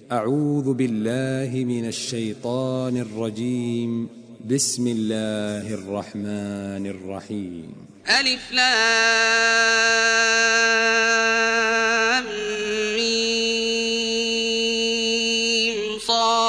أعوذ بالله من الشيطان الرجيم. بسم الله الرحمن الرحيم. ألف لام ميم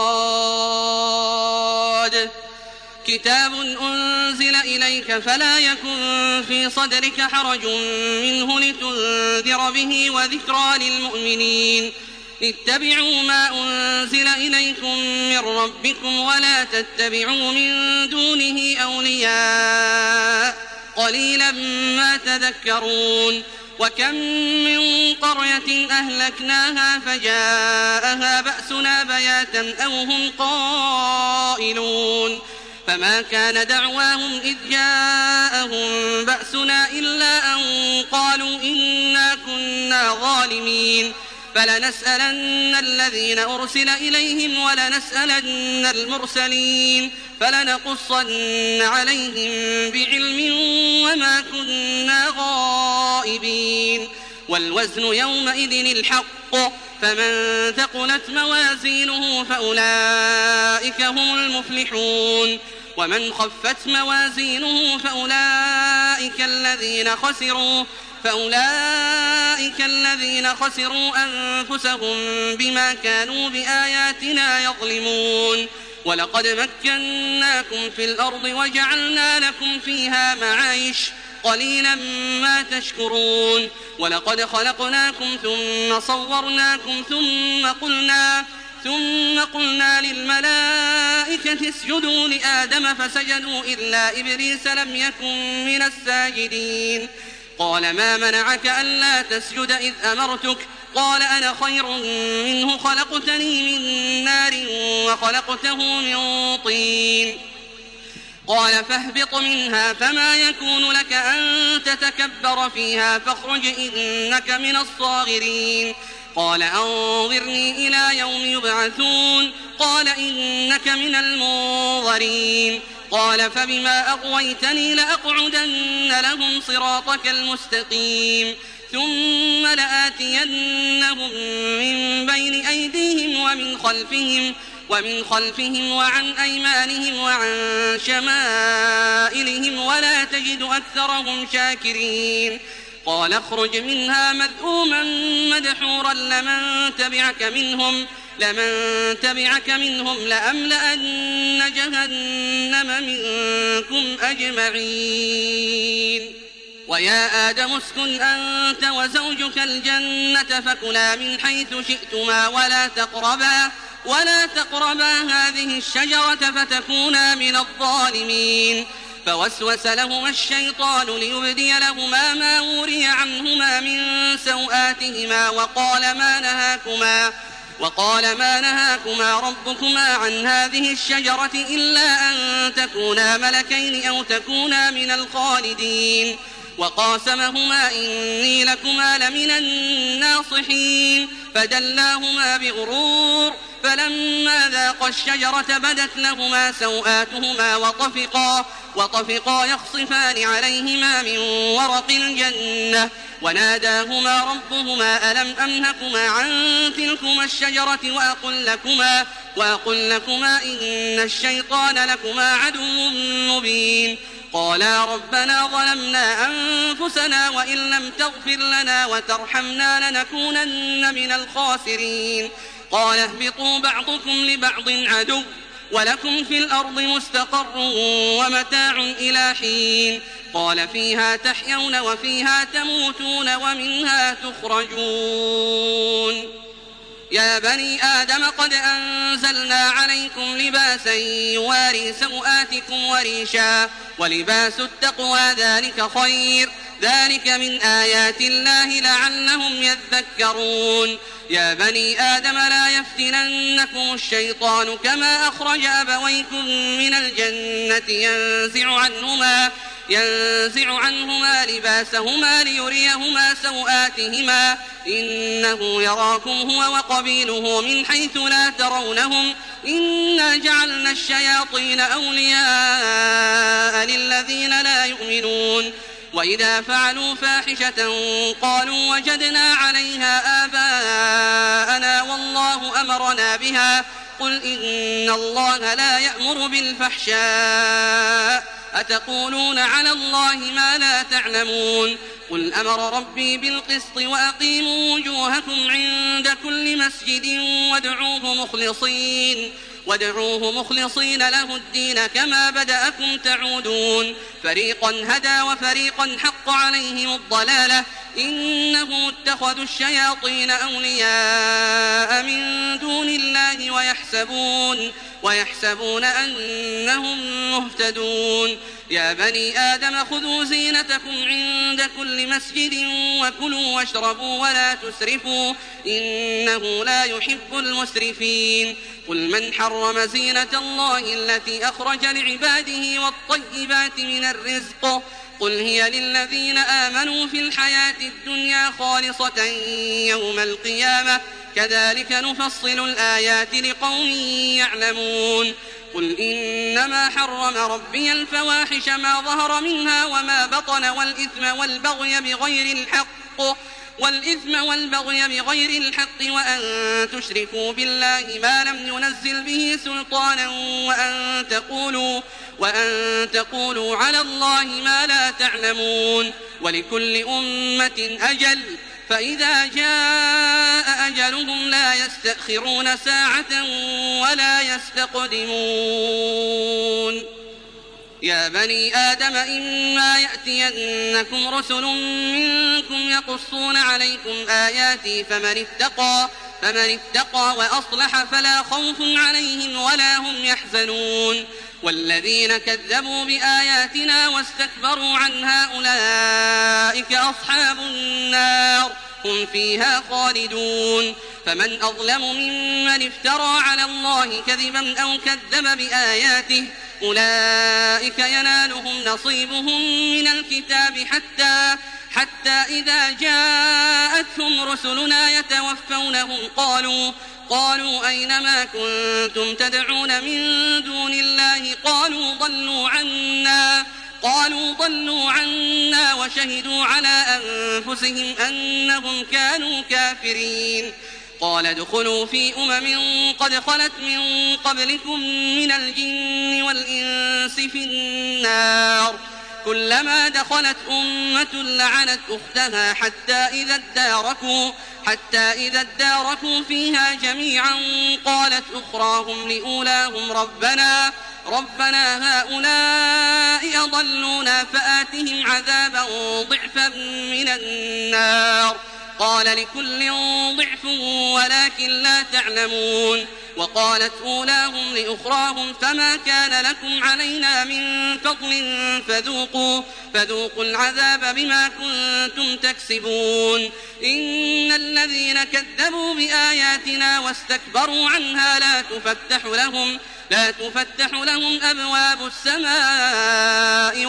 صاد. كتاب أنزل إليك فلا يكن في صدرك حرج منه لتنذر به وذكرى للمؤمنين. اتبعوا ما أنزل إليكم من ربكم ولا تتبعوا من دونه أولياء قليلا ما تذكرون. وكم من قرية أهلكناها فجاءها بأسنا بياتا أو هم قائلون فما كان دعواهم إذ جاءهم بأسنا إلا أن قالوا إنا كنا ظالمين. فلنسألن الذين أرسل إليهم ولنسألن المرسلين فلنقصن عليهم بعلم وما كنا غائبين. والوزن يومئذ الحق فمن ثقلت موازينه فأولئك هم المفلحون ومن خفت موازينه فأولئك الذين خسروا أنفسهم بما كانوا بآياتنا يظلمون. ولقد مكناكم في الأرض وجعلنا لكم فيها معايش قليلا ما تشكرون. ولقد خلقناكم ثم صورناكم ثم قلنا للملائكة اسجدوا لآدم فسجدوا إلا إبليس لم يكن من الساجدين. قال ما منعك ألا تسجد إذ أمرتك؟ قال أنا خير منه خلقتني من نار وخلقته من طين. قال فاهبط منها فما يكون لك أن تتكبر فيها فاخرج إنك من الصاغرين. قال أنظرني إلى يوم يبعثون. قال إنك من المنظرين. قال فبما أغويتني لأقعدن لهم صراطك المستقيم ثم لآتينهم من بين أيديهم ومن خلفهم وعن أيمانهم وعن شمائلهم ولا تجد أكثرهم شاكرين. قال اخرج منها مذءوما مدحورا لمن تبعك منهم لأملأن جهنم منكم أجمعين. ويا آدم اسكن أنت وزوجك الجنة فكلا من حيث شئتما ولا تقربا هذه الشجرة فتكونا من الظالمين. فوسوس لهما الشيطان ليبدي لهما ما وري عنهما من سوآتهما وقال ما نهاكما ربكما عن هذه الشجرة إلا أن تكونا ملكين أو تكونا من الخالدين. وقاسمهما إني لكما لمن الناصحين فدلاهما بغرور فلما ذاقا الشجرة بدت لهما سوآتهما وطفقا يخصفان عليهما من ورق الجنة وناداهما ربهما ألم أنهكما عن تلكما الشجرة وأقل لكما إن الشيطان لكما عدو مبين. قالا ربنا ظلمنا أنفسنا وإن لم تغفر لنا وترحمنا لنكونن من الخاسرين. قال اهبطوا بعضكم لبعض عدو ولكم في الأرض مستقر ومتاع إلى حين. قال فيها تحيون وفيها تموتون ومنها تخرجون. يا بني آدم قد أنزلنا عليكم لباسا يواري سوآتكم وريشا ولباس التقوى ذلك خير ذلك من آيات الله لعلهم يذكرون. يا بني آدم لا يفتننكم الشيطان كما أخرج أبويكم من الجنة ينزع عنهما لباسهما ليريهما سوآتهما إنه يراكم هو وقبيله من حيث لا ترونهم إنا جعلنا الشياطين أولياء للذين لا يؤمنون. وإذا فعلوا فاحشة قالوا وجدنا عليها آباءنا والله أمرنا بها قل إن الله لا يأمر بالفحشاء أتقولون على الله ما لا تعلمون قل أمر ربي بالقسط وأقيموا وجوهكم عند كل مسجد وادعوه مخلصين له الدين كما بدأكم تعودون فريقا هدى وفريقا حق عليهم الضلالة إنهم اتخذوا الشياطين أولياء من دون الله ويحسبون أنهم مهتدون يا بني آدم خذوا زينتكم عند كل مسجد وكلوا واشربوا ولا تسرفوا إنه لا يحب المسرفين قل من حرم زينة الله التي أخرج لعباده والطيبات من الرزق قل هي للذين آمنوا في الحياة الدنيا خالصة يوم القيامة كذلك نفصل الآيات لقوم يعلمون قل إنما حرم ربي الفواحش ما ظهر منها وما بطن والإثم والبغي بغير الحق وأن تشركوا بالله ما لم ينزل به سلطانا وأن تقولوا على الله ما لا تعلمون ولكل أمة أجل فإذا جاء أجلهم لا يستأخرون ساعة ولا يستقدمون يا بني آدم إما يأتينكم رسل منكم يقصون عليكم آياتي فمن اتقى وأصلح فلا خوف عليهم ولا هم يحزنون والذين كذبوا بآياتنا واستكبروا عنها أولئك أصحاب النار هم فيها خالدون فمن أظلم ممن افترى على الله كذبا أو كذب بآياته أولئك ينالهم نصيبهم من الكتاب حتى إذا جاءتهم رسلنا يتوفونهم قالوا أين ما كنتم تدعون من دون الله قالوا ضلوا عنا وشهدوا على أنفسهم أنهم كانوا كافرين قال ادخلوا في قد خلت من قبلكم من الجن والإنس في النار كلما دخلت أمة لعنت أختها حتى إذا اداركوا فيها جميعا قالت أخراهم لأولاهم ربنا هؤلاء أضلونا فآتهم عذابا ضعفا من النار قال لكل ضعف ولكن لا تعلمون وقالت أولاهم لأخراهم فما كان لكم علينا من فضل فذوقوا العذاب بما كنتم تكسبون إن الذين كذبوا بآياتنا واستكبروا عنها لا تفتح لهم أبواب السماء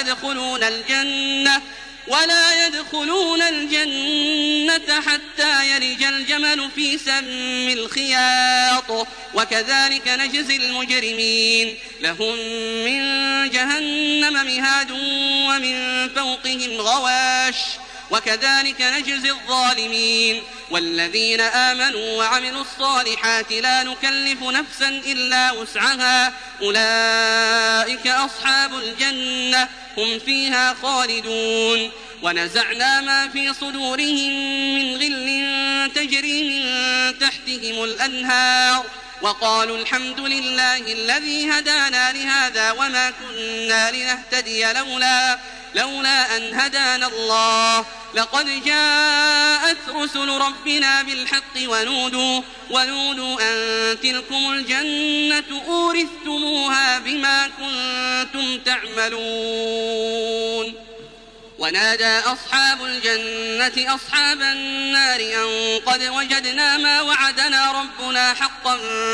ولا يدخلون الجنة حتى يلج الجمل في سم الخياط وكذلك نجزي المجرمين لهم من جهنم مهاد ومن فوقهم غواش وكذلك نجزي الظالمين والذين آمنوا وعملوا الصالحات لا نكلف نفسا إلا وسعها أولئك أصحاب الجنة هم فيها خالدون ونزعنا ما في صدورهم من غل تجري من تحتهم الأنهار وقالوا الحمد لله الذي هدانا لهذا وما كنا لنهتدي لولا أن هدانا الله لقد جاءت رسل ربنا بالحق ونودوا أن تلكم الجنة أورثتموها بما كنتم تعملون ونادى أصحاب الجنة أصحاب النار أن قد وجدنا ما وعدنا ربنا حقا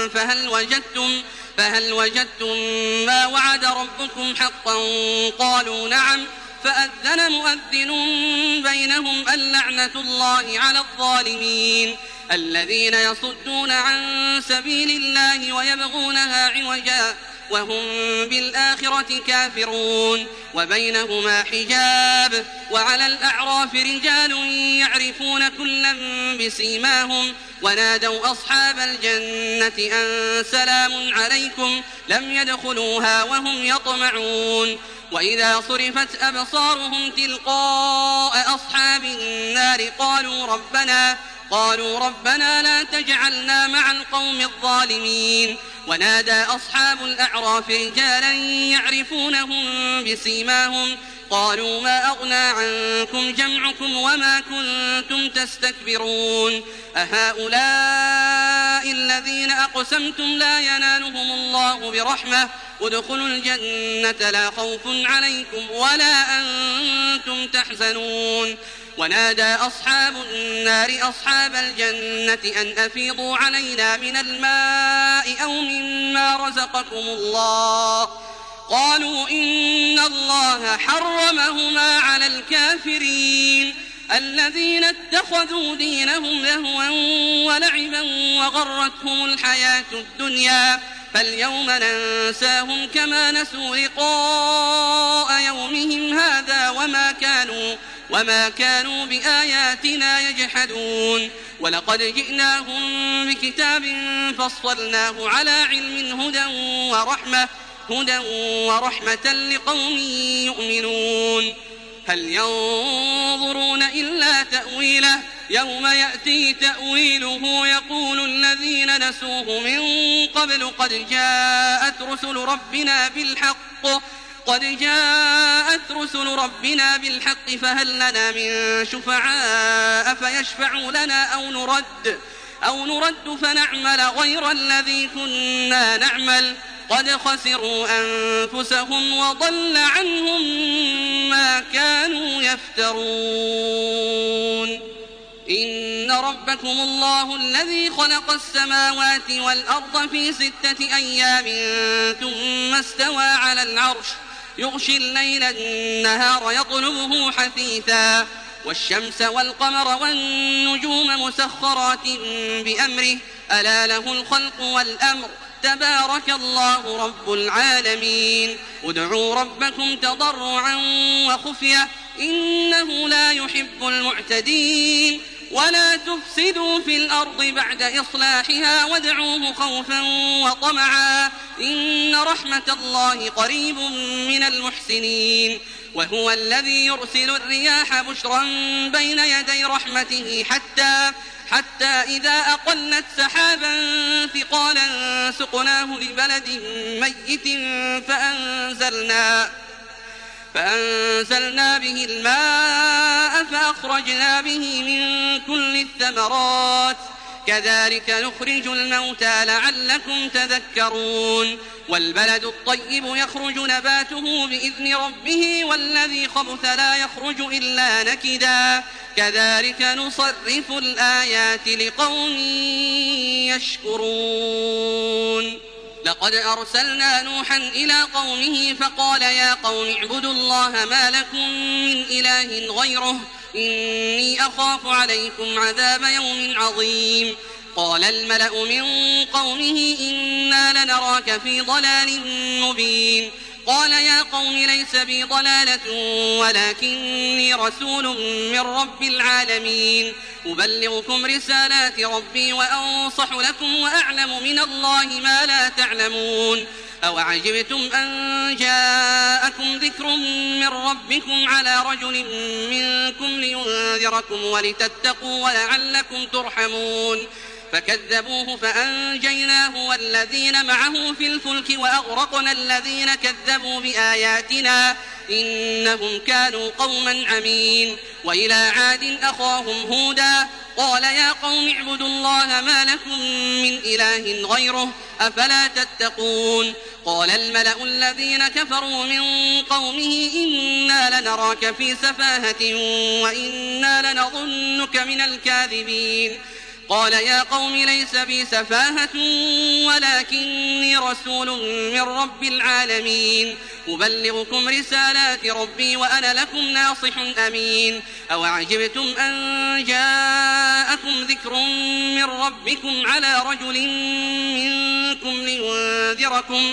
فهل وجدتم ما وعد ربكم حقا قالوا نعم فأذن مؤذن بينهم اللعنة الله على الظالمين الذين يصدون عن سبيل الله وهم بالآخرة كافرون وبينهما حجاب وعلى الأعراف رجال يعرفون كلا بسيماهم ونادوا أصحاب الجنة أن سلام عليكم لم يدخلوها وهم يطمعون وإذا صرفت أبصارهم تلقاء أصحاب النار قالوا ربنا لا تجعلنا مع القوم الظالمين ونادى أصحاب الأعراف رجالا يعرفونهم بسيماهم قالوا ما أغنى عنكم جمعكم وما كنتم تستكبرون أهؤلاء الذين أقسمتم لا ينالهم الله برحمة ادخلوا الجنة لا خوف عليكم ولا أنتم تحزنون ونادى أصحاب النار أصحاب الجنة أن أفيضوا علينا من الماء أو مما رزقكم الله قالوا إن الله حرمهما على الكافرين الذين اتخذوا دينهم لهوا ولعبا وغرتهم الحياة الدنيا فاليوم ننساهم كما نسوا لقاء يومهم هذا وما كانوا بآياتنا يجحدون ولقد جئناهم بكتاب فصلناه على علم هدى ورحمة لقوم يؤمنون هل ينظرون إلا تأويله يوم يأتي تأويله يقول الذين نسوه من قبل قد جاءت رسل ربنا بالحق فهل لنا من شفعاء فيشفعوا لنا أو نرد فنعمل غير الذي كنا نعمل قد خسروا أنفسهم وضل عنهم ما كانوا يفترون إن ربكم الله الذي خلق السماوات والأرض في 6 أيام ثم استوى على العرش يغشي الليل النهار يطلبه حثيثا والشمس والقمر والنجوم مسخرات بأمره ألا له الخلق والأمر تبارك الله رب العالمين ادعوا ربكم تضرعا وخفية إنه لا يحب المعتدين ولا تفسدوا في الأرض بعد إصلاحها وادعوه خوفا وطمعا إن رحمة الله قريب من المحسنين وهو الذي يرسل الرياح بشرا بين يدي رحمته حتى إذا أقلت سحابا ثقالا سقناه لبلد ميت فأنزلنا به الماء فأخرجنا به من كل الثمرات كذلك نخرج الموتى لعلكم تذكرون والبلد الطيب يخرج نباته بإذن ربه والذي خبث لا يخرج إلا نكدا كذلك نصرف الآيات لقوم يشكرون لقد أرسلنا نوحا إلى قومه فقال يا قوم اعبدوا الله ما لكم من إله غيره إني أخاف عليكم عذاب يوم عظيم قال الملأ من قومه إنا لنراك في ضلال مبين قال يا قوم ليس بي ضلالة ولكني رسول من رب العالمين أبلغكم رسالات ربي وأنصح لكم وأعلم من الله ما لا تعلمون أوعجبتم أن جاءكم ذكر من ربكم على رجل منكم لينذركم ولتتقوا ولعلكم ترحمون فكذبوه فأنجيناه والذين معه في الفلك وأغرقنا الذين كذبوا بآياتنا إنهم كانوا قوما عمين وإلى عاد أخاهم هودا قال يا قوم اعبدوا الله ما لكم من إله غيره أفلا تتقون قال الملأ الذين كفروا من قومه إنا لنراك في سفاهة وإنا لنظنك من الكاذبين قال يا قوم ليس بي سفاهة ولكني رسول من رب العالمين أبلغكم رسالات ربي وأنا لكم ناصح أمين أوعجبتم أن جاءكم ذكر من ربكم على رجل منكم لينذركم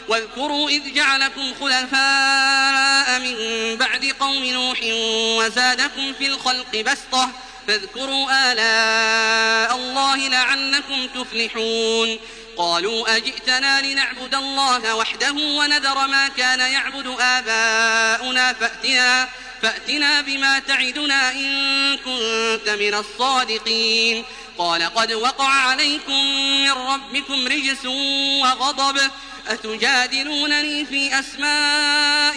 واذكروا إذ جعلكم خلفاء من بعد قوم نوح وزادكم في الخلق بسطة فاذكروا آلاء الله لعلكم تفلحون قالوا أجئتنا لنعبد الله وحده ونذر ما كان يعبد آباؤنا فأتنا بما تعدنا إن كنت من الصادقين قال قد وقع عليكم من ربكم رجس وغضب أتجادلونني في أسماء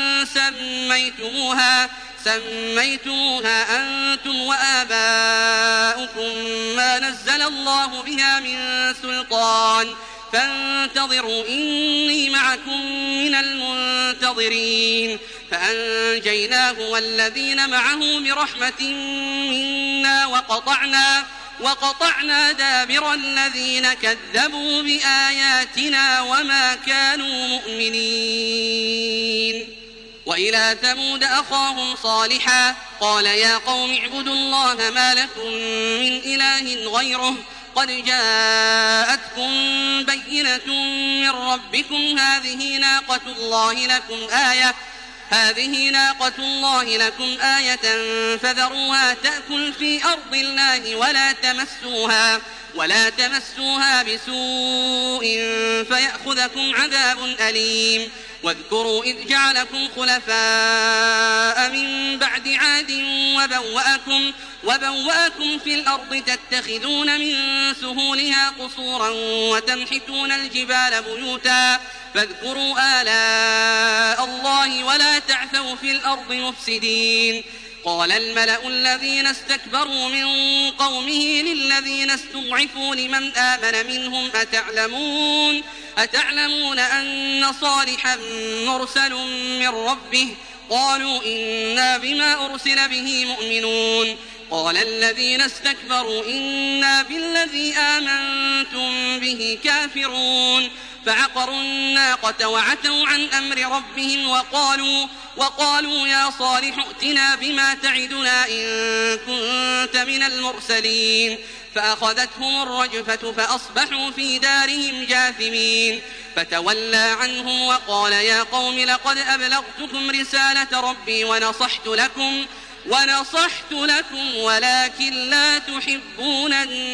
سميتموها أنتم وآباؤكم ما نزل الله بها من سلطان فانتظروا إني معكم من المنتظرين فأنجيناه والذين معه برحمة منا وقطعنا دابر الذين كذبوا بآياتنا وما كانوا مؤمنين وإلى ثمود أخاهم صالحا قال يا قوم اعبدوا الله ما لكم من إله غيره قد جاءتكم بينة من ربكم هذه ناقة الله لكم آية فذروها تأكل في أرض الله ولا تمسوها بسوء فيأخذكم عذاب أليم واذكروا إذ جعلكم خلفاء من بعد عاد وبوأكم في الأرض تتخذون من سهولها قصورا وتنحتون الجبال بيوتا فاذكروا آلاء الله ولا تعثوا في الأرض مفسدين قال الملأ الذين استكبروا من قومه للذين استضعفوا لمن آمن منهم أتعلمون أن صالحا مرسل من ربه قالوا إنا بما أرسل به مؤمنون قال الذين استكبروا إنا بالذي آمنتم به كافرون فعقروا الناقة وعتوا عن أمر ربهم وقالوا يا صالح ائتنا بما تعدنا إن كنت من المرسلين فأخذتهم الرجفة فأصبحوا في دارهم جاثمين فتولى عنهم وقال يا قوم لقد أبلغتكم رسالة ربي ونصحت لكم ولكن لا تحبون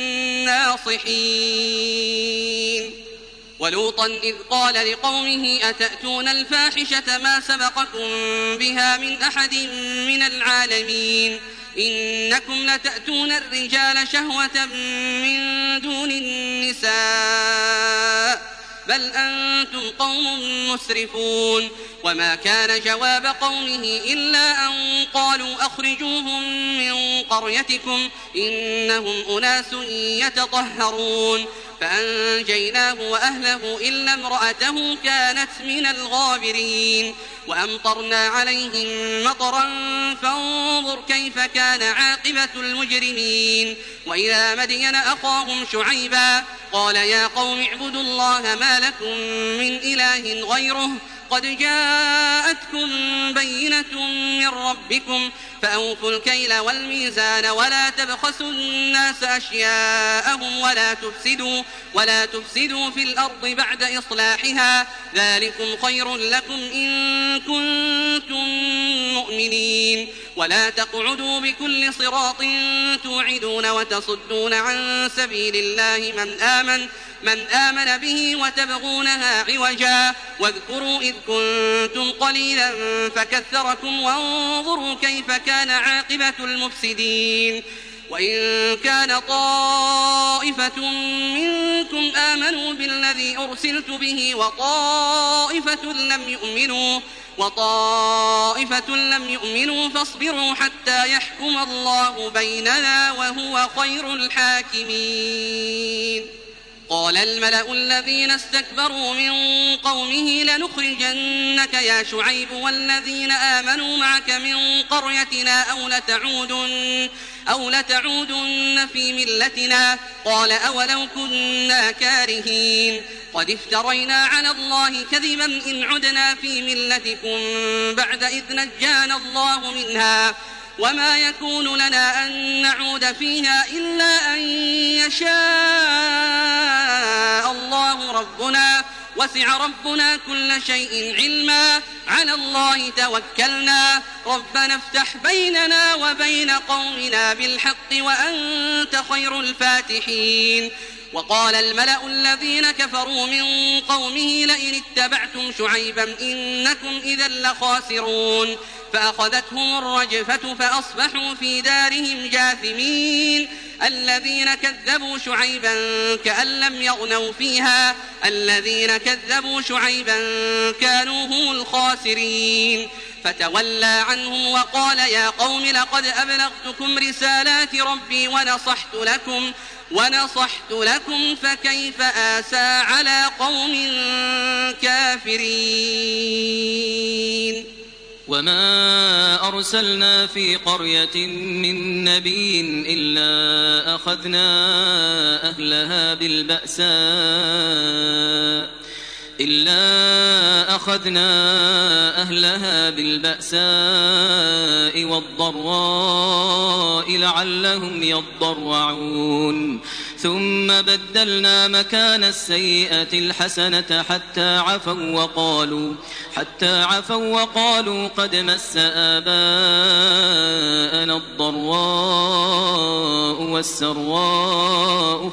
الناصحين ولوطا إذ قال لقومه أتأتون الفاحشة ما سبقكم بها من أحد من العالمين إنكم لتأتون الرجال شهوة من دون النساء بل أنتم قوم مسرفون وما كان جواب قومه إلا أن قالوا أخرجوهم من قريتكم إنهم أناس يتطهرون فأنجيناه وأهله إلا امرأته كانت من الغابرين وأمطرنا عليهم مطرا فانظر كيف كان عاقبة المجرمين وإلى مدين أخاهم شعيبا قال يا قوم اعبدوا الله ما لكم من إله غيره قد جاءتكم بينة من ربكم فأوفوا الكيل والميزان ولا تبخسوا الناس أشياءهم ولا تفسدوا في الأرض بعد إصلاحها ذلكم خير لكم إن كنتم مؤمنين ولا تقعدوا بكل صراط توعدون وتصدون عن سبيل الله من آمن به وتبغونها عوجا واذكروا إذ كنتم قليلا فكثركم وانظروا كيف كان عاقبة المفسدين وإن كان طائفة منكم آمنوا بالذي أرسلت به وطائفة لم يؤمنوا فاصبروا حتى يحكم الله بيننا وهو خير الحاكمين قال الملأ الذين استكبروا من قومه لنخرجنك يا شعيب والذين آمنوا معك من قريتنا أو لتعودن في ملتنا قال أولو كنا كارهين قد افترينا على الله كذبا إن عدنا في ملتكم بعد إذ نجانا الله منها وما يكون لنا أن نعود فيها إلا أن يشاء الله ربنا وسع ربنا كل شيء علما على الله توكلنا ربنا افتح بيننا وبين قومنا بالحق وأنت خير الفاتحين وقال الملأ الذين كفروا من قومه لئن اتبعتم شعيبا إنكم إذا لخاسرون فأخذتهم الرجفة فأصبحوا في دارهم جاثمين الذين كذبوا شعيبا كأن لم يغنوا فيها الذين كذبوا شعيبا كانوا هم الخاسرين فتولى عنهم وقال يا قوم لقد أبلغتكم رسالات ربي ونصحت لكم فكيف آسى على قوم كافرين وما أرسلنا في قرية من نبي إلا أخذنا أهلها بالبأساء والضراء لعلهم يضرعون ثم بدلنا مكان السيئة الحسنة حتى عفوا وقالوا قد مس آباءنا الضراء والسراء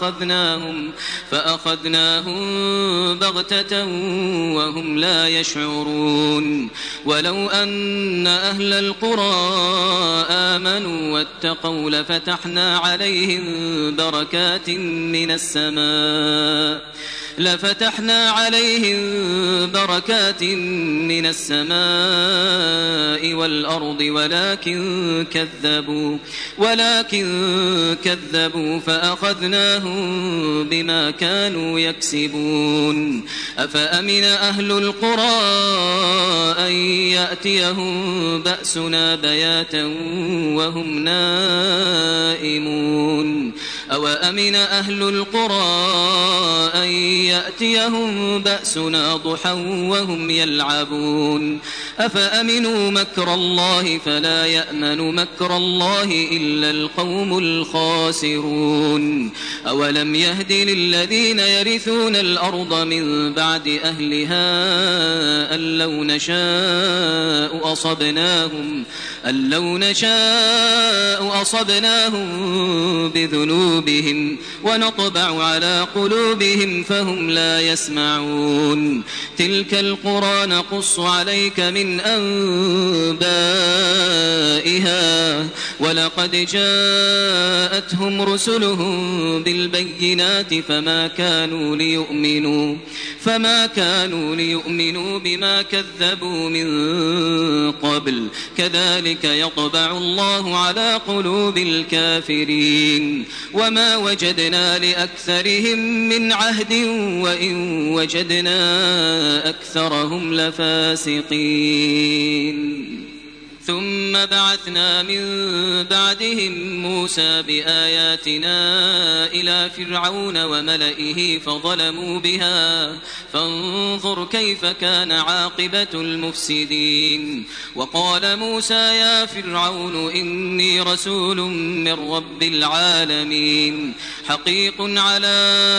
فأخذناهم بغتة وهم لا يشعرون ولو أن أهل القرى آمنوا واتقوا لفتحنا عليهم بركات من السماء والأرض ولكن كذبوا فأخذناهم بما كانوا يكسبون أفأمن أهل القرى أن يأتيهم بأسنا بياتا وهم نائمون أوأمن أهل القرى أن يأتيهم بأسنا ضحى وهم يلعبون أفأمنوا مكر الله فلا يأمن مكر الله إلا القوم الخاسرون أولم يهد للذين يرثون الأرض من بعد أهلها أن لو نشاء أصبناهم بذنوبهم ونطبع على قلوبهم فهم لا يسمعون تلك القرى نقص عليك من أنبائها ولقد جاءتهم رسلهم بالبينات فما كانوا ليؤمنوا بما كذبوا من قبل كذلك يطبع الله على قلوب الكافرين وما وجدنا لأكثرهم من عهد وإن وجدنا أكثرهم لفاسقين ثم بعثنا من بعدهم موسى بآياتنا إلى فرعون وملئه فظلموا بها فانظر كيف كان عاقبة المفسدين وقال موسى يا فرعون إني رسول من رب العالمين حقيق على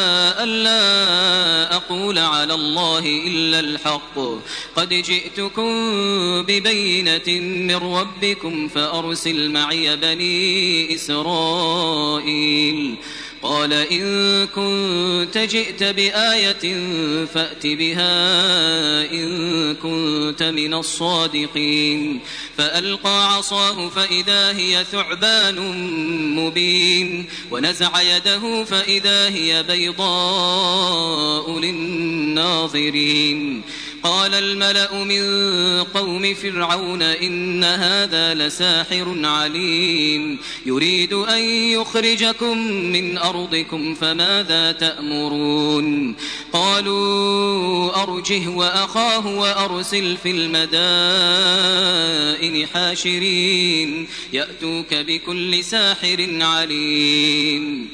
ألا أقول على الله إلا الحق قد جئتكم ببينة من ربكم فأرسل معي بني إسرائيل قال إن كنت جئت بآية فأت بها إن كنت من الصادقين فألقى عصاه فإذا هي ثعبان مبين ونزع يده فإذا هي بيضاء للناظرين قال الملأ من قوم فرعون إن هذا لساحر عليم يريد أن يخرجكم من أرضكم فماذا تأمرون قالوا أرجه وأخاه وأرسل في المدائن حاشرين يأتوك بكل ساحر عليم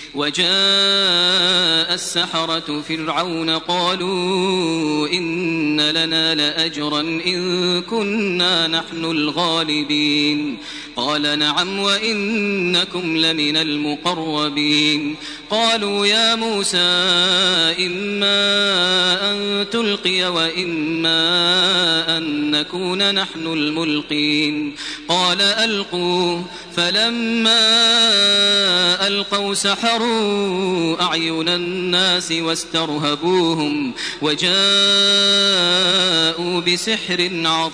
وجاء السحرة فرعون قالوا إن لنا لأجرا إن كنا نحن الغالبين قال نعم وإنكم لمن المقربين قالوا يا موسى إما أن تلقي وإما أن نكون نحن الملقين قال ألقوا فلما ألقوا سحروا أعين الناس واسترهبوهم وجاءوا بسحر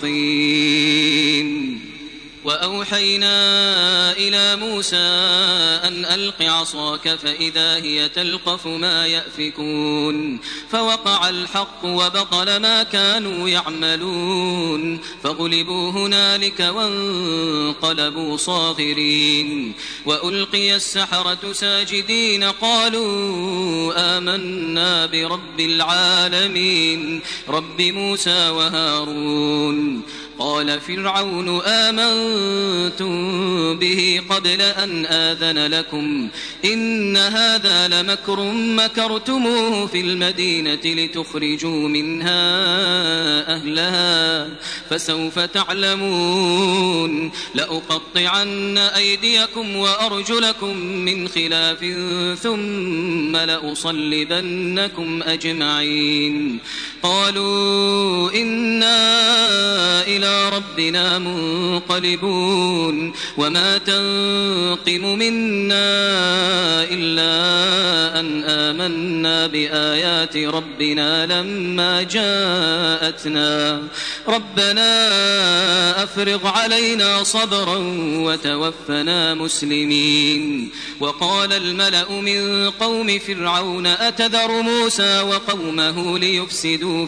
عظيم وأوحينا إلى موسى أن ألق عصاك فإذا هي تلقف ما يأفكون فوقع الحق وبطل ما كانوا يعملون فغلبوا هنالك وانقلبوا صاغرين وألقي السحرة ساجدين قالوا آمنا برب العالمين رب موسى وهارون قال فرعون آمنتم به قبل أن آذن لكم إن هذا لمكر مكرتموه في المدينة لتخرجوا منها أهلها فسوف تعلمون لأقطعن أيديكم وأرجلكم من خلاف ثم لأصلبنكم أجمعين قالوا إنا إلى ربنا منقلبون وما تنقم منا إلا أن آمنا بآيات ربنا لما جاءتنا ربنا أفرغ علينا صبرا وتوفنا مسلمين وقال الملأ من قوم فرعون أتذر موسى وقومه ليفسدوا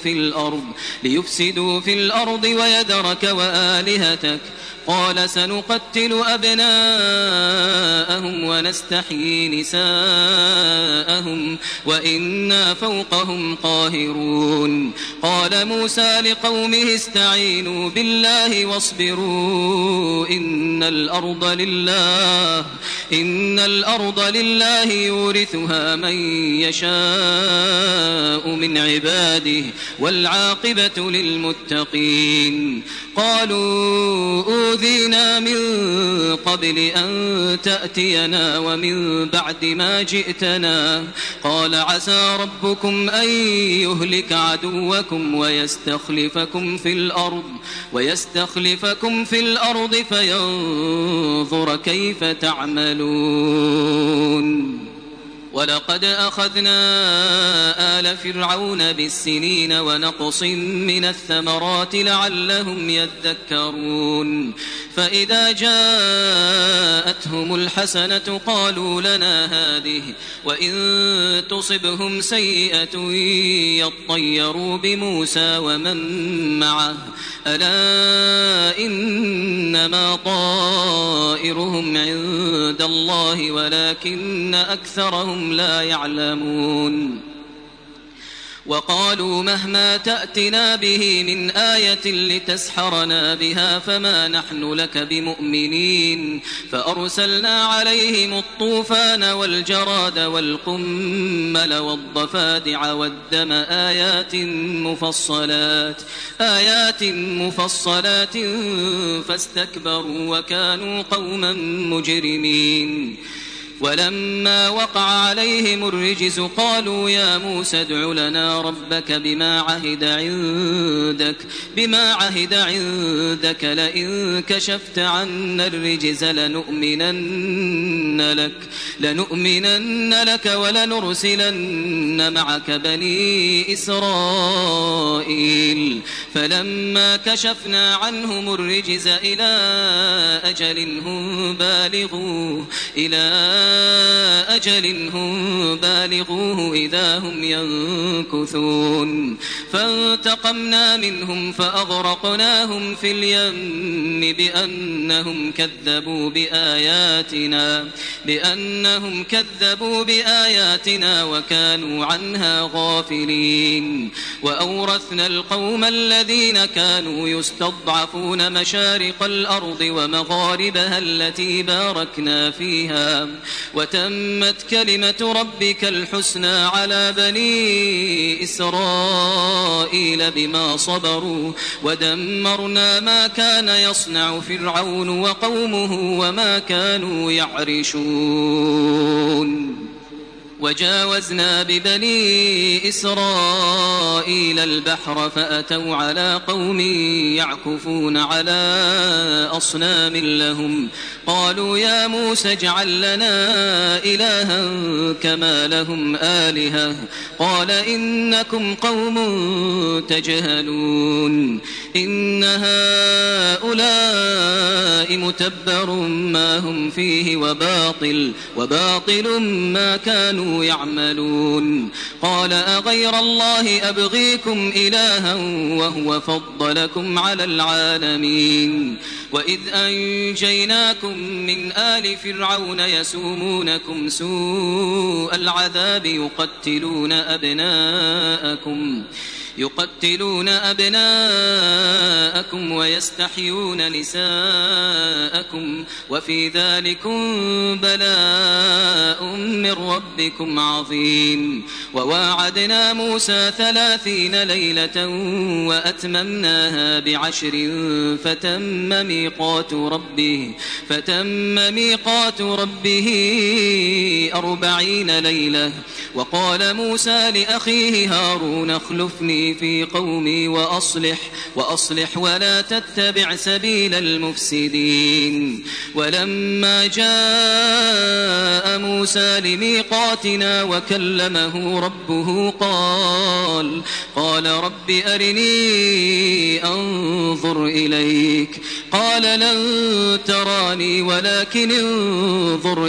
في الأرض ويذرك وآلهتك قال سنقتل أبناءهم ونستحيي نساءهم وإنا فوقهم قاهرون قال موسى لقومه استعينوا بالله واصبروا إن الأرض لله يورثها من يشاء من عباده والعاقبة للمتقين قالوا أوذينا من قبل أن تأتينا ومن بعد ما جئتنا قال عسى ربكم أن يهلك عدوكم ويستخلفكم في الأرض فينظر كيف تعملون ولقد أخذنا آل فرعون بالسنين ونقص من الثمرات لعلهم يذكرون فإذا جاءتهم الحسنة قالوا لنا هذه وإن تصبهم سيئة يطيروا بموسى ومن معه ألا إنما طائرهم عند الله ولكن أكثرهم لا يعلمون وقالوا مهما تأتنا به من آية لتسحرنا بها فما نحن لك بمؤمنين فأرسلنا عليهم الطوفان والجراد والقمل والضفادع والدم آيات مفصلات فاستكبروا وكانوا قوما مجرمين ولما وقع عليهم الرجز قالوا يا موسى ادع لنا ربك بما عهد عندك لئن كشفت عنا الرجز لنؤمنن لك ولنرسلن معك بني إسرائيل فلما كشفنا عنهم الرجز إلى أجل هم بالغوه إذا هم ينكثون فانتقمنا منهم فأغرقناهم في اليم بأنهم كذبوا بآياتنا وكانوا عنها غافلين وأورثنا القوم الذين كانوا يستضعفون مشارق الأرض ومغاربها التي باركنا فيها وتمت كلمة ربك الحسنى على بني إسرائيل بما صبروا ودمرنا ما كان يصنع فرعون وقومه وما كانوا يعرشون وجاوزنا ببني إسرائيل البحر فأتوا على قوم يعكفون على أصنام لهم قالوا يا موسى اجعل لنا إلها كما لهم آلهة قال إنكم قوم تجهلون إن هؤلاء متبر ما هم فيه وباطل ما كانوا يعملون قال أغير الله أبغيكم إلها وهو فضلكم على العالمين وإذ أنجيناكم من آل فرعون يسومونكم سوء العذاب يقتلون أبناءكم ويستحيون نساءكم وفي ذلكم بلاء من ربكم عظيم وواعدنا موسى 30 ليلة وأتممناها ب10 فتم ميقات ربه 40 ليلة وقال موسى لأخيه هارون اخلفني في قومي وأصلح ولا تتبع سبيل المفسدين ولما جاء موسى لميقاتنا وكلمه ربه قال رب أرني أنظر إليك قال لن تراني ولكن انظر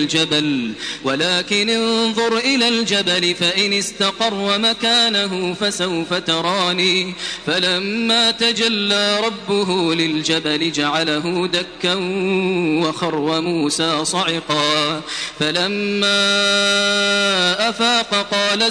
إلى الجبل فإن استقر مكانه فسوف تراني فلما تجلى ربه للجبل جعله دكا وخر موسى صعقا فلما أفاق قال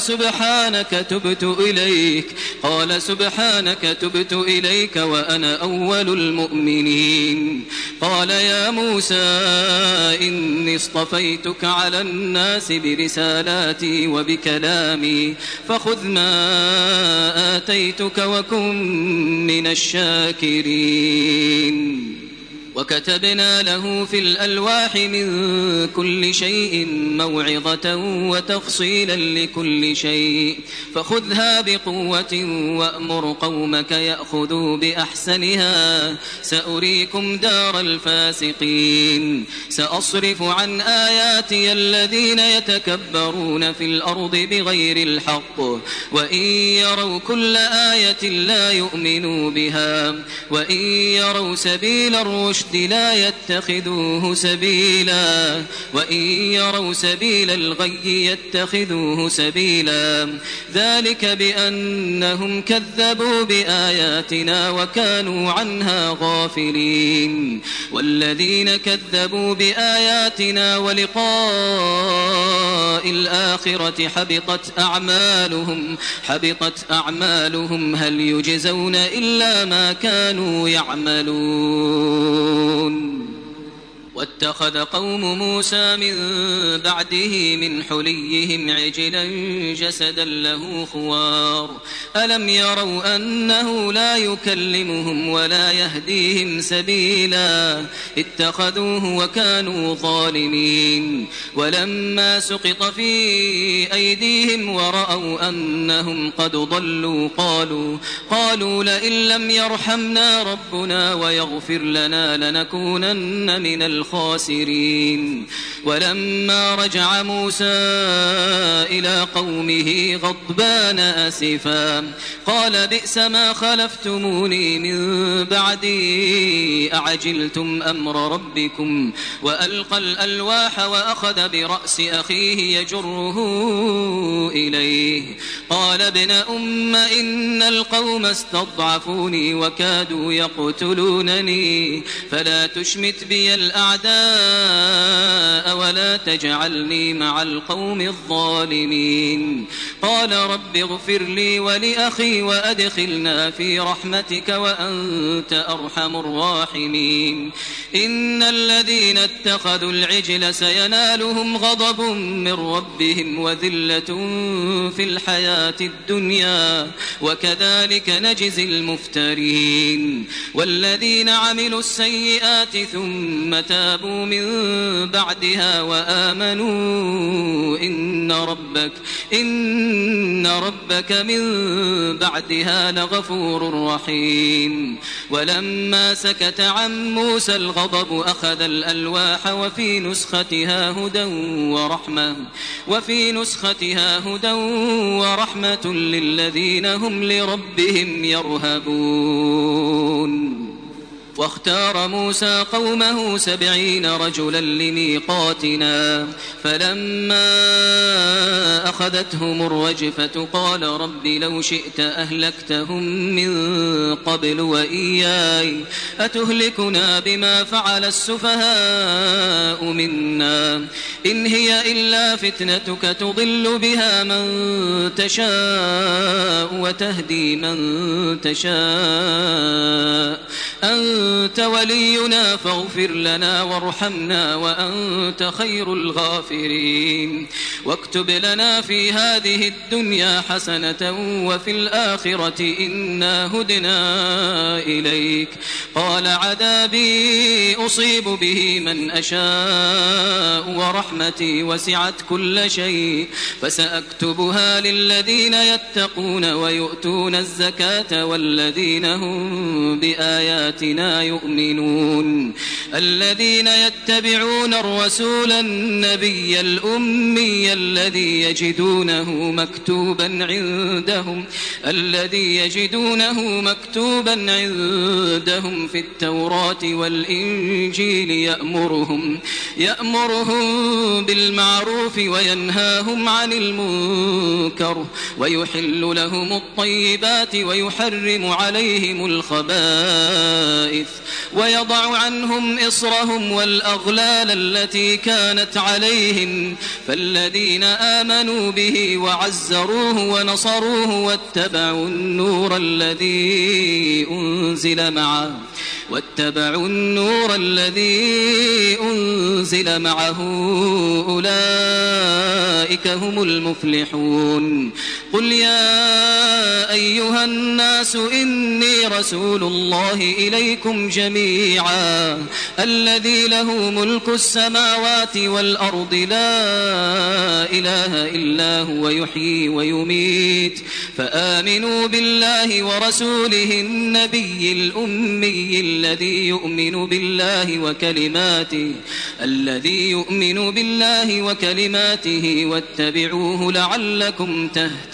سبحانك تبت إليك وأنا أول المؤمنين قال يا موسى إني اصطفيتك على الناس برسالاتي وبكلامي فخذ ما آتيتك وكن من الشاكرين وكتبنا له في الألواح من كل شيء موعظة وتفصيلا لكل شيء فخذها بقوة وأمر قومك يأخذوا بأحسنها سأريكم دار الفاسقين سأصرف عن آياتي الذين يتكبرون في الأرض بغير الحق وإن يروا كل آية لا يؤمنوا بها وإن يروا سبيل الرشد لا يتخذوه سبيلا وإن يروا سبيل الغي يتخذوه سبيلا ذلك بأنهم كذبوا بآياتنا وكانوا عنها غافلين والذين كذبوا بآياتنا ولقاء الآخرة حبطت أعمالهم هل يجزون إلا ما كانوا يعملون واتخذ قوم موسى من بعده من حليهم عجلا جسدا له خوار ألم يروا أنه لا يكلمهم ولا يهديهم سبيلا اتخذوه وكانوا ظالمين ولما سقط في أيديهم ورأوا أنهم قد ضلوا قالوا لئن لم يرحمنا ربنا ويغفر لنا لنكونن من الخاسرين ولما رجع موسى إلى قومه غضبان آسفا قال بئس ما خلفتموني من بعدي أعجلتم أمر ربكم وألقى الألواح وأخذ برأس أخيه يجره إليه قال ابن أم إن القوم استضعفوني وكادوا يقتلونني فلا تشمت بي الأعداء ولا تجعلني مع القوم الظالمين قال رب اغفر لي ولأخي وأدخلنا في رحمتك وأنت أرحم الراحمين إن الذين اتخذوا العجل سينالهم غضب من ربهم وذلة في الحياة الدنيا وكذلك نجزي المفترين والذين عملوا السيئات ثم تابوا تابوا من بعدها وآمنوا إن ربك من بعدها لغفور رحيم. ولما سكت عن موسى الغضب أخذ الألواح وفي نسختها هدى ورحمة للذين هم لربهم يرهبون. واختار موسى قومه 70 رجلا لميقاتنا فلما أخذتهم الرجفة قال رب لو شئت أهلكتهم من قبل وإياي أتهلكنا بما فعل السفهاء منا إن هي إلا فتنتك تضل بها من تشاء وتهدي من تشاء أنت ولينا فاغفر لنا وارحمنا وأنت خير الغافرين. واكتب لنا في هذه الدنيا حسنة وفي الآخرة إنا هدنا إليك. قال عذابي أصيب به من أشاء ورحمتي وسعت كل شيء فسأكتبها للذين يتقون ويؤتون الزكاة والذين هم بآياتنا يؤمنون. الذين يتبعون الرسول النبي الأمي الذي يجدونه مكتوبا عندهم في التوراة والإنجيل يأمرهم بالمعروف وينهاهم عن المنكر ويحل لهم الطيبات ويحرم عليهم الخبائث ويضع عنهم إصرهم والأغلال التي كانت عليهم. فالذين آمنوا به وعزروه ونصروه واتبعوا النور الذي أنزل معه أولئك هم المفلحون. قل يا أيها الناس إني رسول الله إليكم جميعا الذي له ملك السماوات والأرض لا إله إلا هو يحيي ويميت فآمنوا بالله ورسوله النبي الأمي الذي يؤمن بالله وكلماته واتبعوه لعلكم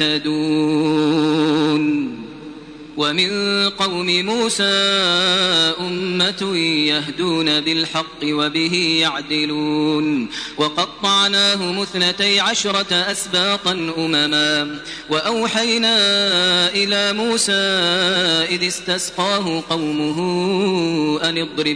تهتدون. ومن قوم موسى أمة يهدون بالحق وبه يعدلون. وقطعناهم 12 أسباطا أمما وأوحينا إلى موسى إذ استسقاه قومه أن اضرب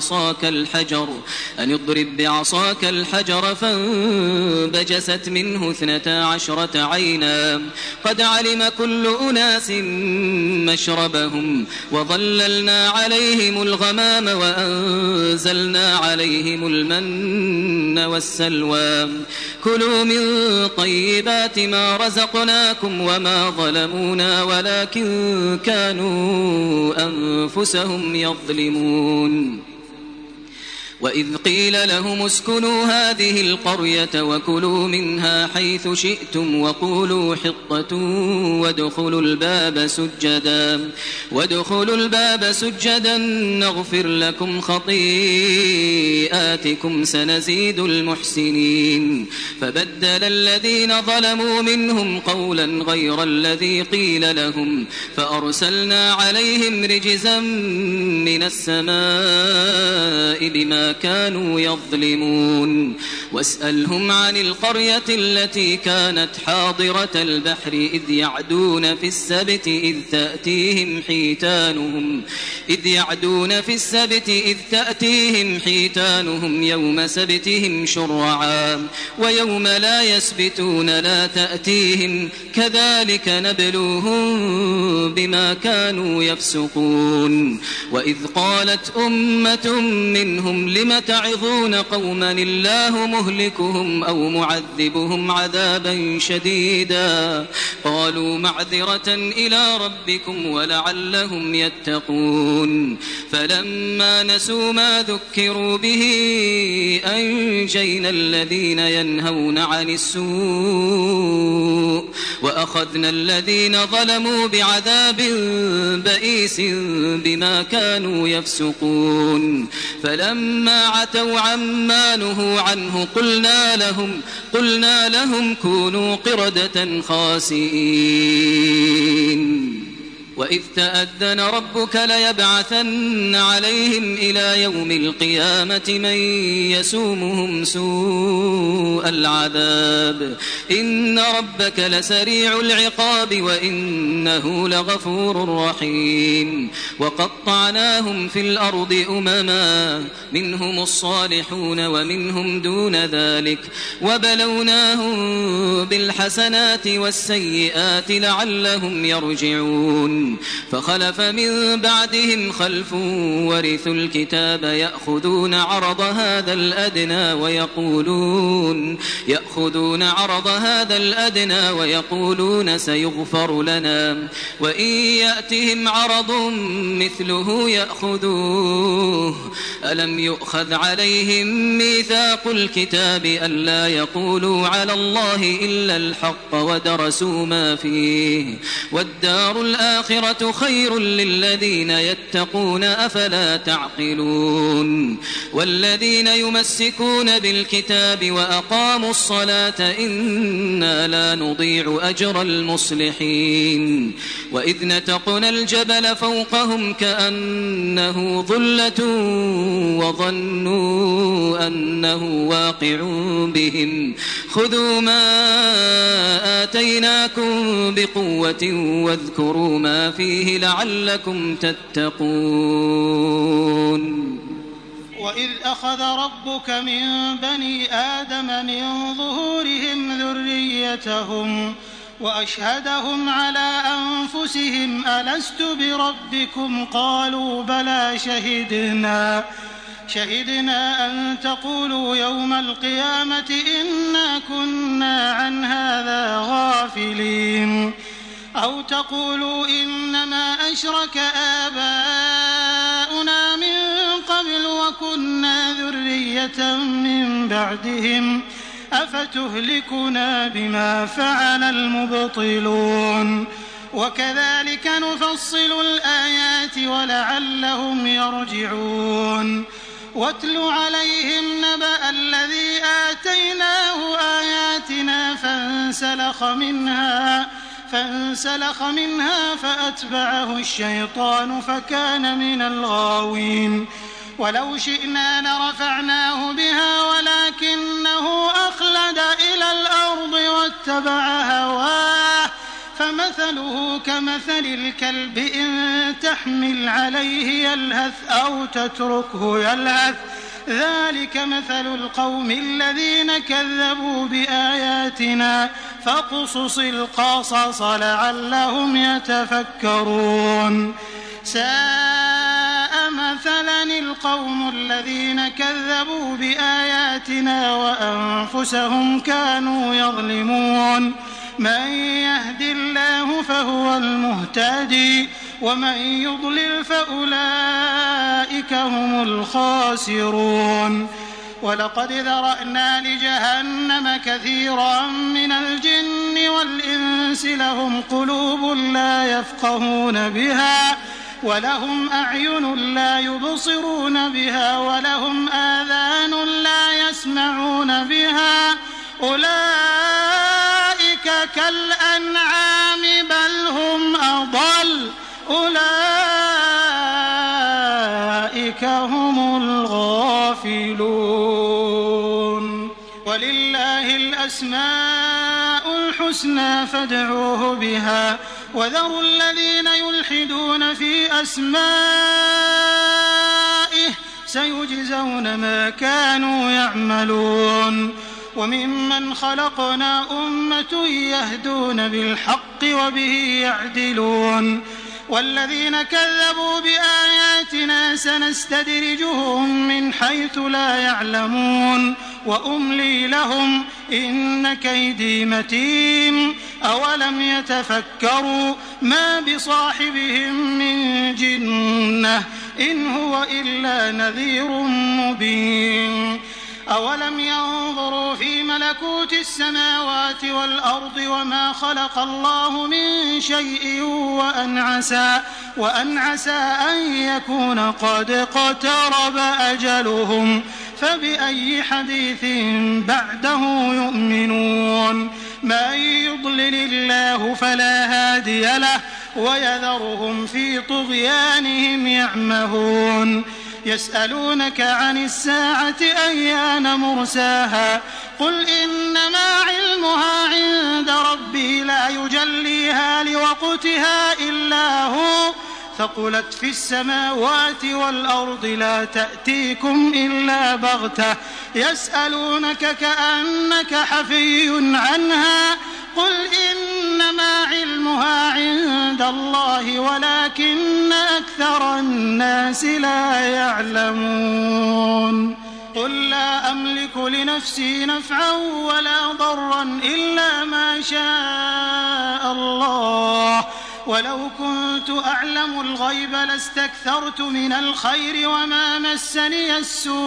بعصاك الحجر فانبجست منه 12 عينا قد علم كل أناس مشربهم وظللنا عليهم الغمام وأنزلنا عليهم المن والسلوى كلوا من طيبات ما رزقناكم وما ظلمونا ولكن كانوا أنفسهم يظلمون. وإذ قيل لهم اسكنوا هذه القرية وكلوا منها حيث شئتم وقولوا حطة وادخلوا الباب سجدا نغفر لكم خطيئاتكم سنزيد المحسنين. فبدل الذين ظلموا منهم قولا غير الذي قيل لهم فأرسلنا عليهم رجزا من السماء بما كانوا يظلمون. واسألهم عن القرية التي كانت حاضرة البحر إذ يعدون في السبت إذ تأتيهم حيتانهم يوم سبتهم شرعا ويوم لا يسبتون لا تأتيهم كذلك نبلوهم بما كانوا يفسقون. وإذ قالت أمة منهم لم تعظون قوما الله مهلكهم أو معذبهم عذابا شديدا قالوا معذرة إلى ربكم ولعلهم يتقون فلما نسوا ما ذكروا به أنجينا الذين ينهون عن السوء وأخذنا الذين ظلموا بعذاب بئيس بما كانوا يفسقون فلما عتوا عما نهوا عنه قلنا لهم كونوا قردة خاسئين وإذ تأذن ربك ليبعثن عليهم إلى يوم القيامة من يسومهم سوء العذاب إن ربك لسريع العقاب وإنه لغفور رحيم وقطعناهم في الأرض أمما منهم الصالحون ومنهم دون ذلك وبلوناهم بالحسنات والسيئات لعلهم يرجعون فخلف من بعدهم خلف ورثوا الكتاب يأخذون عرض هذا الأدنى ويقولون سيغفر لنا وإن يأتهم عرض مثله يأخذوه ألم يؤخذ عليهم ميثاق الكتاب ألا يقولوا على الله إلا الحق ودرسوا ما فيه والدار الآخرة خير للذين يتقون أفلا تعقلون والذين يمسكون بالكتاب وأقاموا الصلاة إنا لا نضيع أجر المصلحين وإذ نتقنا الجبل فوقهم كأنه ظلة وظنوا أنه واقع بهم خذوا ما آتيناكم بقوة واذكروا ما فيه لعلكم تتقون وإذ أخذ ربك من بني آدم من ظهورهم ذريتهم وأشهدهم على أنفسهم ألست بربكم قالوا بلى شهدنا أن تقولوا يوم القيامة إنا كنا عن هذا غافلين أو تقولوا إنما أشرك آباؤنا من قبل وكنا ذرية من بعدهم أفتهلكنا بما فعل المبطلون وكذلك نفصل الآيات ولعلهم يرجعون واتل عليهم نبأ الذي آتيناه آياتنا فانسلخ منها فأتبعه الشيطان فكان من الغاوين ولو شئنا لرفعناه بها ولكنه أخلد إلى الأرض واتبع هواه فمثله كمثل الكلب إن تحمل عليه يلهث أو تتركه يلهث ذلك مثل القوم الذين كذبوا بآياتنا فاقصص القصص لعلهم يتفكرون ساء مثلا القوم الذين كذبوا بآياتنا وأنفسهم كانوا يظلمون من يهد الله فهو المهتدي ومن يضلل فأولئك هم الخاسرون ولقد ذرأنا لجهنم كثيرا من الجن والإنس لهم قلوب لا يفقهون بها ولهم أعين لا يبصرون بها ولهم آذان لا يسمعون بها أولئك كالأنعام بل هم أضل أولئك هم الغافلون ولله الأسماء الحسنى فادعوه بها وذروا الذين يلحدون في أسمائه سيجزون ما كانوا يعملون وممن خلقنا أمة يهدون بالحق وبه يعدلون والذين كذبوا بآياتنا سنستدرجهم من حيث لا يعلمون وأملي لهم إن كيدي متين أولم يتفكروا ما بصاحبهم من جنة إن هو إلا نذير مبين أولم ينظروا في ملكوت السماوات والأرض وما خلق الله من شيء وأن عسى أن يكون قد اقترب أجلهم فبأي حديث بعده يؤمنون من يضلل الله فلا هادي له ويذرهم في طغيانهم يعمهون يسألونك عن الساعة أيان مرساها قل إنما علمها عند ربي لا يجليها لوقتها إلا هو ثقلت في السماوات والأرض لا تأتيكم إلا بغتة يسألونك كأنك حفي عنها قل إنما علمها عند الله ولكن أكثر الناس لا يعلمون قل لا أملك لنفسي نفعا ولا ضرا إلا ما شاء الله ولو كنت أعلم الغيب لاستكثرت من الخير وما مسني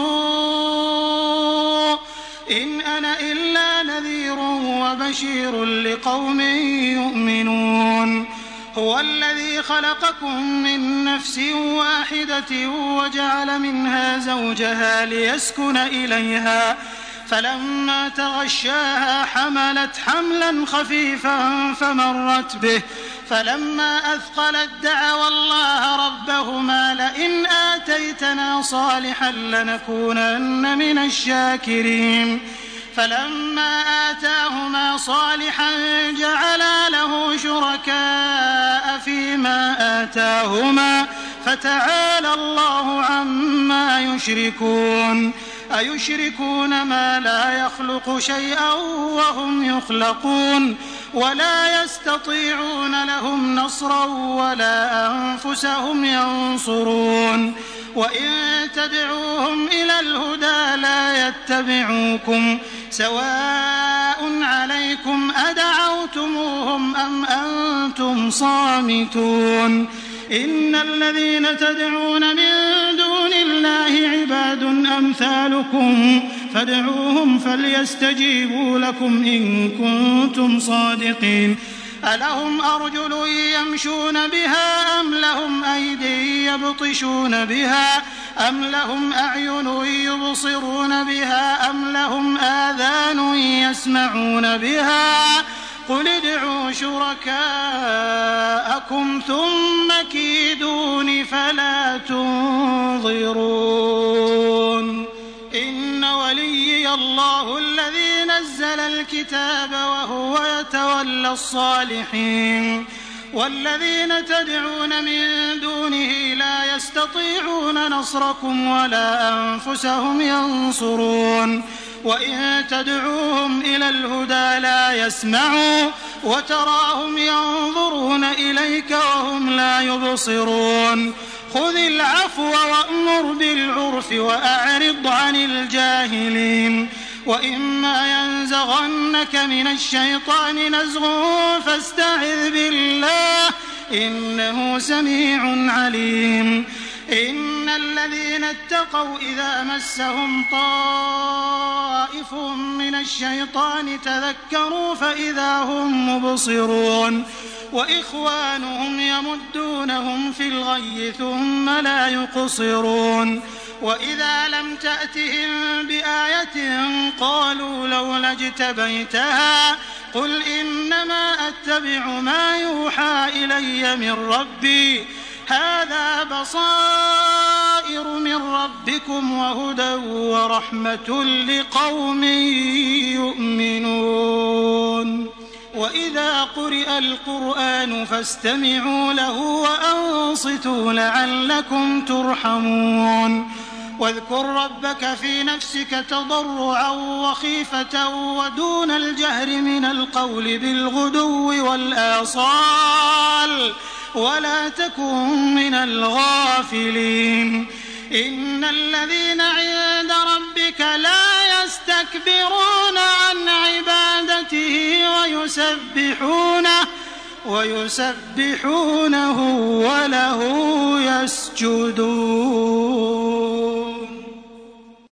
السوء إن أنا إلا نذير وبشير لقوم يؤمنون هو الذي خلقكم من نفس واحدة وجعل منها زوجها ليسكن إليها فلما تغشاها حملت حملا خفيفا فمرت به فلما أثقلت دعوا الله ربهما لئن آتيتنا صالحا لنكونن من الشاكرين فلما آتاهما صالحا جعلا له شركاء فيما آتاهما فتعالى الله عما يشركون أيشركون ما لا يخلق شيئا وهم يخلقون ولا يستطيعون لهم نصرا ولا أنفسهم ينصرون وإن تدعوهم إلى الهدى لا يتبعوكم سواء عليكم أدعوتموهم أم أنتم صامتون إن الذين تدعون من دون الله عباد أمثالكم فادعوهم فليستجيبوا لكم إن كنتم صادقين ألهم أرجل يمشون بها أم لهم أيدي يبطشون بها أم لهم أعين يبصرون بها أم لهم آذان يسمعون بها قل ادعوا شركاءكم ثم كيدون فلا تنظرون إن وليي الله الذي نزل الكتاب وهو يتولى الصالحين والذين تدعون من دونه لا يستطيعون نصركم ولا أنفسهم ينصرون وإن تدعوهم إلى الهدى لا يسمعوا وتراهم ينظرون إليك وهم لا يبصرون خذ العفو وأمر بالعرف وأعرض عن الجاهلين وإما ينزغنك من الشيطان نزغ فاستعذ بالله إنه سميع عليم إن الذين اتقوا إذا مسهم طائف من الشيطان تذكروا فإذا هم مبصرون وإخوانهم يمدونهم في الغي ثم لا يقصرون وإذا لم تأتهم بآية قالوا لولا اجتبيتها قل إنما أتبع ما يوحى إلي من ربي هذا بصائر من ربكم وهدى ورحمة لقوم يؤمنون وإذا قرئ القرآن فاستمعوا له وأنصتوا لعلكم ترحمون واذكر ربك في نفسك تضرعا وخيفة ودون الجهر من القول بالغدو والآصال ولا تكن من الغافلين إن الذين عند ربك لا يستكبرون عن عبادته ويسبحونه وله يسجدون.